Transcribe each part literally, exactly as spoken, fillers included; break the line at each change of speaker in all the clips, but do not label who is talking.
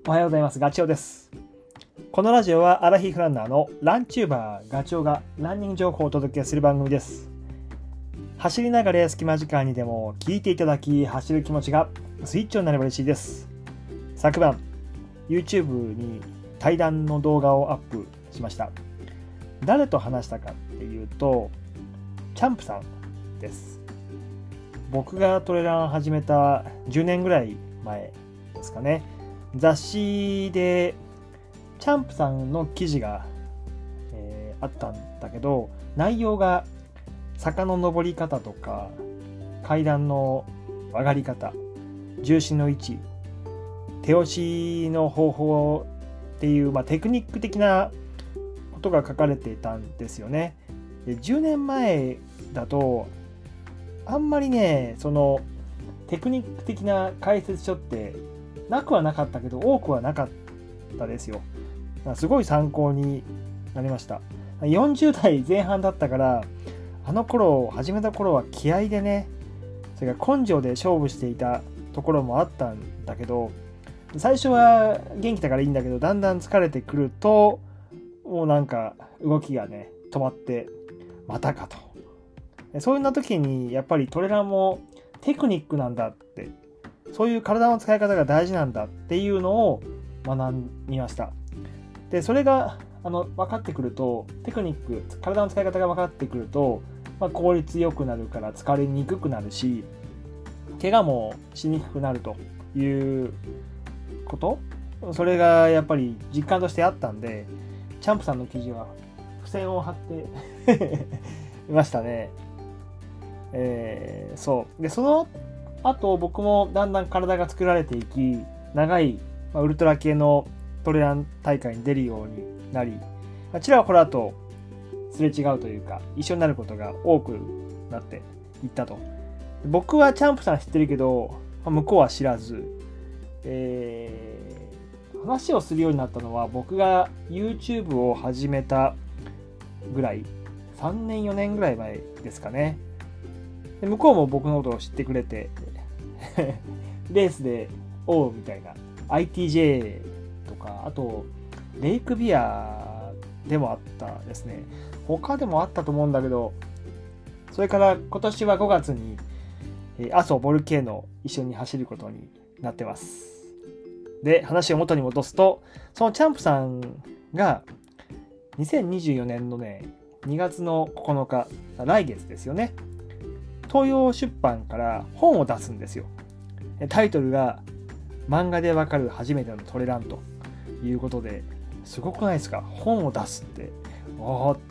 おはようございます。ガチョウです。このラジオはアラヒフランナーのランチューバーガチョウがランニング情報をお届けする番組です。走りながらや隙間時間にでも聞いていただき、走る気持ちがスイッチオンになれば嬉しいです。昨晩 YouTube に対談の動画をアップしました。誰と話したかっていうとチャンプさんです。僕がトレランを始めたじゅうねんぐらい前ですかね。雑誌でチャンプさんの記事が、えー、あったんだけど、内容が坂の登り方とか階段の上がり方、重心の位置、手押しの方法っていう、まあ、テクニック的なことが書かれていたんですよね。でじゅうねんまえだとあんまりね、そのテクニック的な解説書ってなくはなかったけど多くはなかったですよ。すごい参考になりました。よんじゅう代前半だったから、あの頃始めた頃は気合でね、それから根性で勝負していたところもあったんだけど、最初は元気だからいいんだけど、だんだん疲れてくるともうなんか動きがね止まって、またかと。そういうな時にやっぱりトレランもテクニックなんだって、そういう体の使い方が大事なんだっていうのを学びました。でそれがあの分かってくると、テクニック、体の使い方が分かってくると、まあ、効率よくなるから疲れにくくなるし、怪我もしにくくなるということ、それがやっぱり実感としてあったんで、チャンプさんの記事は付箋を貼っていましたね。えー、そうでその後僕もだんだん体が作られていき、長い、まあ、ウルトラ系のトレラン大会に出るようになり、あちらはこらとすれ違うというか一緒になることが多くなっていったと。僕はチャンプさん知ってるけど、まあ、向こうは知らず、えー、話をするようになったのは僕が YouTube を始めたぐらい、さんねんよねんぐらい前ですかね。で向こうも僕のことを知ってくれてレースでおうみたいな アイティージェー とか、あとレイクビアでもあったですね。他でもあったと思うんだけど、それから今年はごがつに阿蘇ボルケーノ一緒に走ることになってます。で話を元に戻すと、そのチャンプさんがにせんにじゅうよねんのねにがつのここのか、来月ですよね、東洋出版から本を出すんですよ。タイトルが漫画でわかる初めてのトレランということで、すごくないですか？本を出すって。おーって、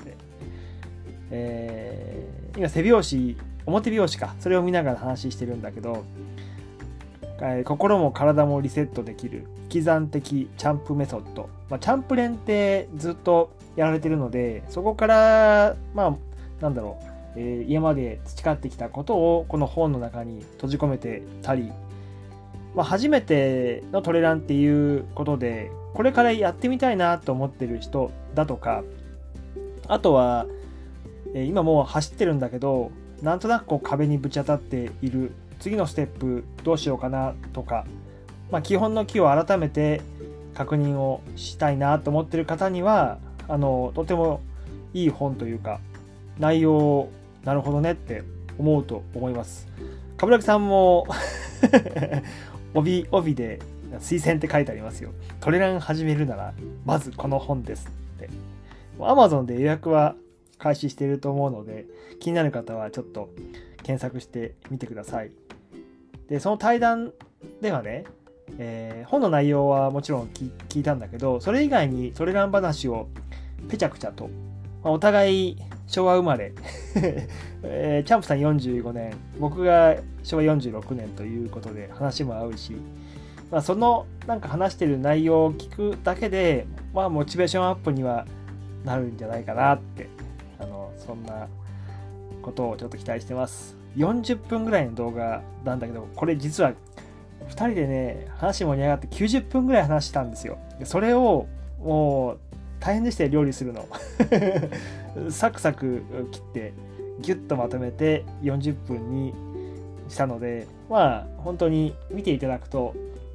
えー、今背表紙、表表紙か、それを見ながら話してるんだけど、えー、心も体もリセットできる引き算的チャンプメソッド、まあ、チャンプ練ってずっとやられてるので、そこからまあなんだろう、えー、今まで培ってきたことをこの本の中に閉じ込めてたり、まあ、初めてのトレランっていうことでこれからやってみたいなと思ってる人だとか、あとは、えー、今もう走ってるんだけどなんとなくこう壁にぶち当たっている、次のステップどうしようかなとか、まあ、基本の木を改めて確認をしたいなと思ってる方には、あのとてもいい本というか、内容なるほどねって思うと思います。冠城さんも帯帯で推薦って書いてありますよ。トレラン始めるならまずこの本ですって。 Amazon で予約は開始していると思うので、気になる方はちょっと検索してみてください。でその対談ではね、えー、本の内容はもちろん聞いたんだけど、それ以外にトレラン話をぺちゃくちゃと、まあ、お互い昭和生まれ、えー、チャンプさんよんじゅうごねん、僕が昭和よんじゅうろくねんということで話も合うし、まあ、そのなんか話してる内容を聞くだけで、まあ、モチベーションアップにはなるんじゃないかなって、あのそんなことをちょっと期待してます。よんじゅっぷんぐらいの動画なんだけど、これ実はふたりでね話盛り上がってきゅうじゅっぷんぐらい話したんですよ。それをもう大変でしたよ、料理するのサクサク切ってギュッとまとめてよんじゅっぷんにしたので、まあ本当に見ていただくと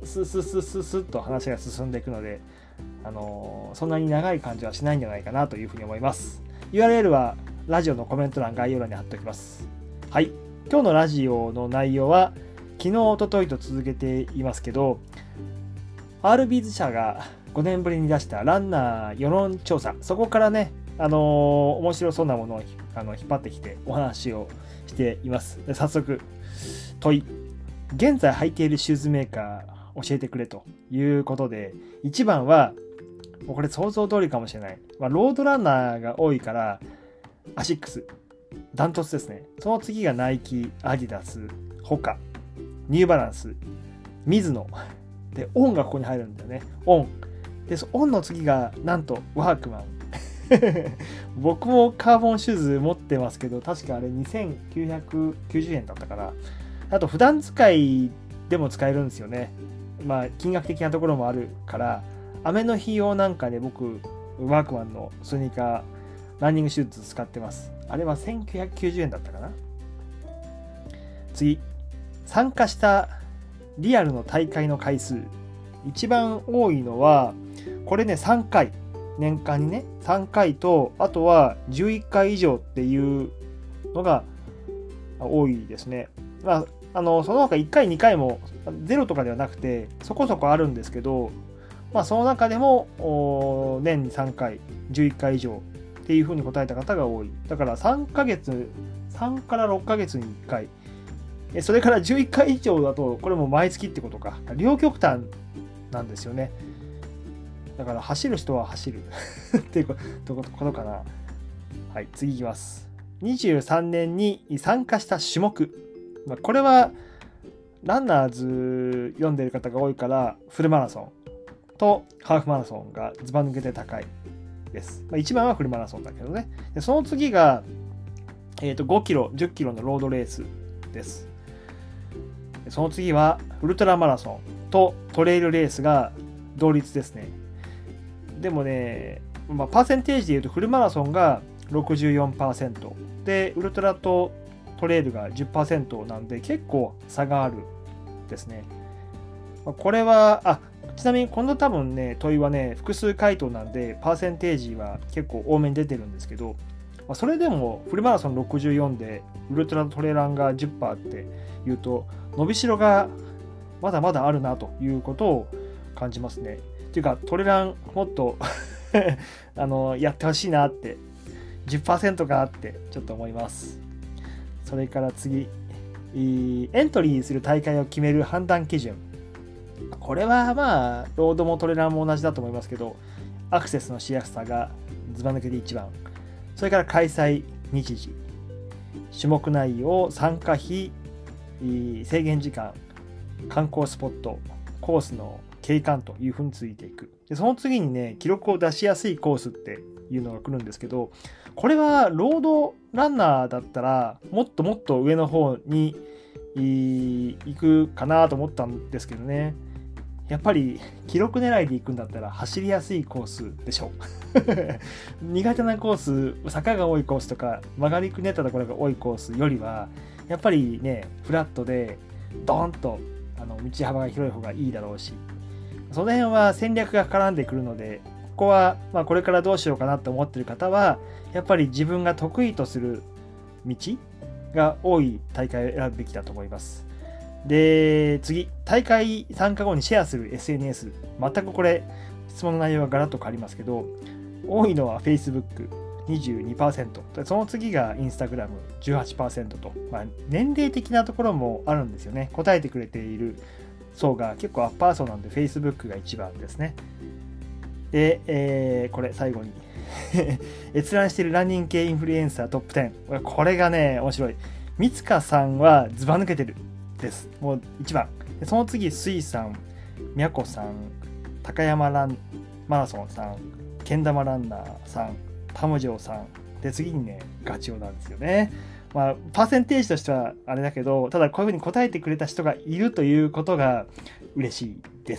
スススススッと話が進んでいくので、あのー、そんなに長い感じはしないんじゃないかなというふうに思います。 ユーアールエル はラジオのコメント欄概要欄に貼っておきます。はい、今日のラジオの内容は昨日一昨日と続けていますけど、 アールビーズ 社がごねんぶりに出したランナー世論調査、そこからね、あのー、面白そうなものをあの引っ張ってきてお話をしています。で早速問い、現在履いているシューズメーカー教えてくれということで、いちばんはもうこれ想像通りかもしれない、まあ、ロードランナーが多いからアシックスダントツですね。その次がナイキ、アディダス、ホカ、ニューバランス、ミズノで、オンがここに入るんだよね。オンで、オンの次がなんとワークマン僕もカーボンシューズ持ってますけど、確かあれにせんきゅうひゃくきゅうじゅうえんだったかな。あと普段使いでも使えるんですよね。まあ金額的なところもあるから、雨の日用なんかで僕ワークマンのスニーカーランニングシューズ使ってます。あれはせんきゅうひゃくきゅうじゅうえんだったかな。次、参加したリアルの大会の回数、一番多いのはこれね、さんかい、年間にねさんかいと、あとはじゅういっかい以上っていうのが多いですね。まあ、あのその他いっかいにかいもゼロとかではなくてそこそこあるんですけど、まあ、その中でも年にさんかいじゅういっかい以上っていうふうに答えた方が多い。だからさんかげつさんからろっかげつにいっかい、それからじゅういっかい以上だとこれも毎月ってことか。両極端なんですよね。だから走る人は走るっていうことかな。はい、次いきます。にじゅうさんねんに参加した種目、まあ、これはランナーズ読んでる方が多いからフルマラソンとハーフマラソンがずば抜けて高いです。まあ、いちばんはフルマラソンだけどね。でその次が、えー、とごキロ、じゅっキロのロードレースです。その次はウルトラマラソンとトレイルレースが同率ですね。でもね、まあ、パーセンテージでいうとフルマラソンが ろくじゅうよんパーセント で、ウルトラとトレイルが じゅっパーセント なんで結構差があるですね。これは、あ、ちなみにこの多分ね、問いはね、複数回答なんで、パーセンテージは結構多めに出てるんですけど、それでもフルマラソンろくじゅうよんで、ウルトラトレランが じゅっパーセント っていうと、伸びしろがまだまだあるなということを感じますね。っていうか、トレランもっとあのやってほしいなって、じゅっパーセント かってちょっと思います。それから次、エントリーする大会を決める判断基準。これはまあ、ロードもトレランも同じだと思いますけど、アクセスのしやすさがずば抜けていちばん。それから開催日時、種目内容、参加費、制限時間、観光スポット、コースの景観というふうについていく。でその次にね、記録を出しやすいコースっていうのが来るんですけど、これはロードランナーだったらもっともっと上の方に行くかなと思ったんですけどね。やっぱり記録狙いで行くんだったら走りやすいコースでしょう苦手なコース、坂が多いコースとか曲がりくねったところが多いコースよりは、やっぱりね、フラットでドーンとあの道幅が広い方がいいだろうし、その辺は戦略が絡んでくるので、ここはまあこれからどうしようかなと思っている方は、やっぱり自分が得意とする道が多い大会を選ぶべきだと思います。で、次、大会参加後にシェアする エスエヌエス。全くこれ、質問の内容はガラッと変わりますけど、多いのは Facebook にじゅうにパーセント、その次が Instagram じゅうはちパーセントと、まあ、年齢的なところもあるんですよね。答えてくれている層が結構アッパー層なんで Facebook がいちばんですね。で、えー、これ最後に閲覧しているランニング系インフルエンサートップじゅう。これがね、面白い。三塚さんはズバ抜けてるです。もういちばん。でその次、水さん、みやこさん、高山ランマラソンさん、けん玉ランナーさん、タムジョーさん。で、次にね、ガチオなんですよね。まあ、パーセンテージとしてはあれだけど、ただこういうふうに答えてくれた人がいるということが嬉しいです。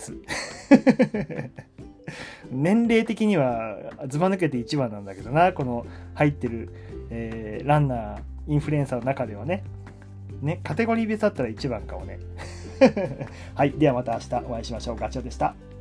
年齢的にはずば抜けていちばんなんだけどな、この入ってる、えー、ランナーインフルエンサーの中ではね。 ね、カテゴリー別だったらいちばんかもね。はい。ではまた明日お会いしましょう。ガチョウでした。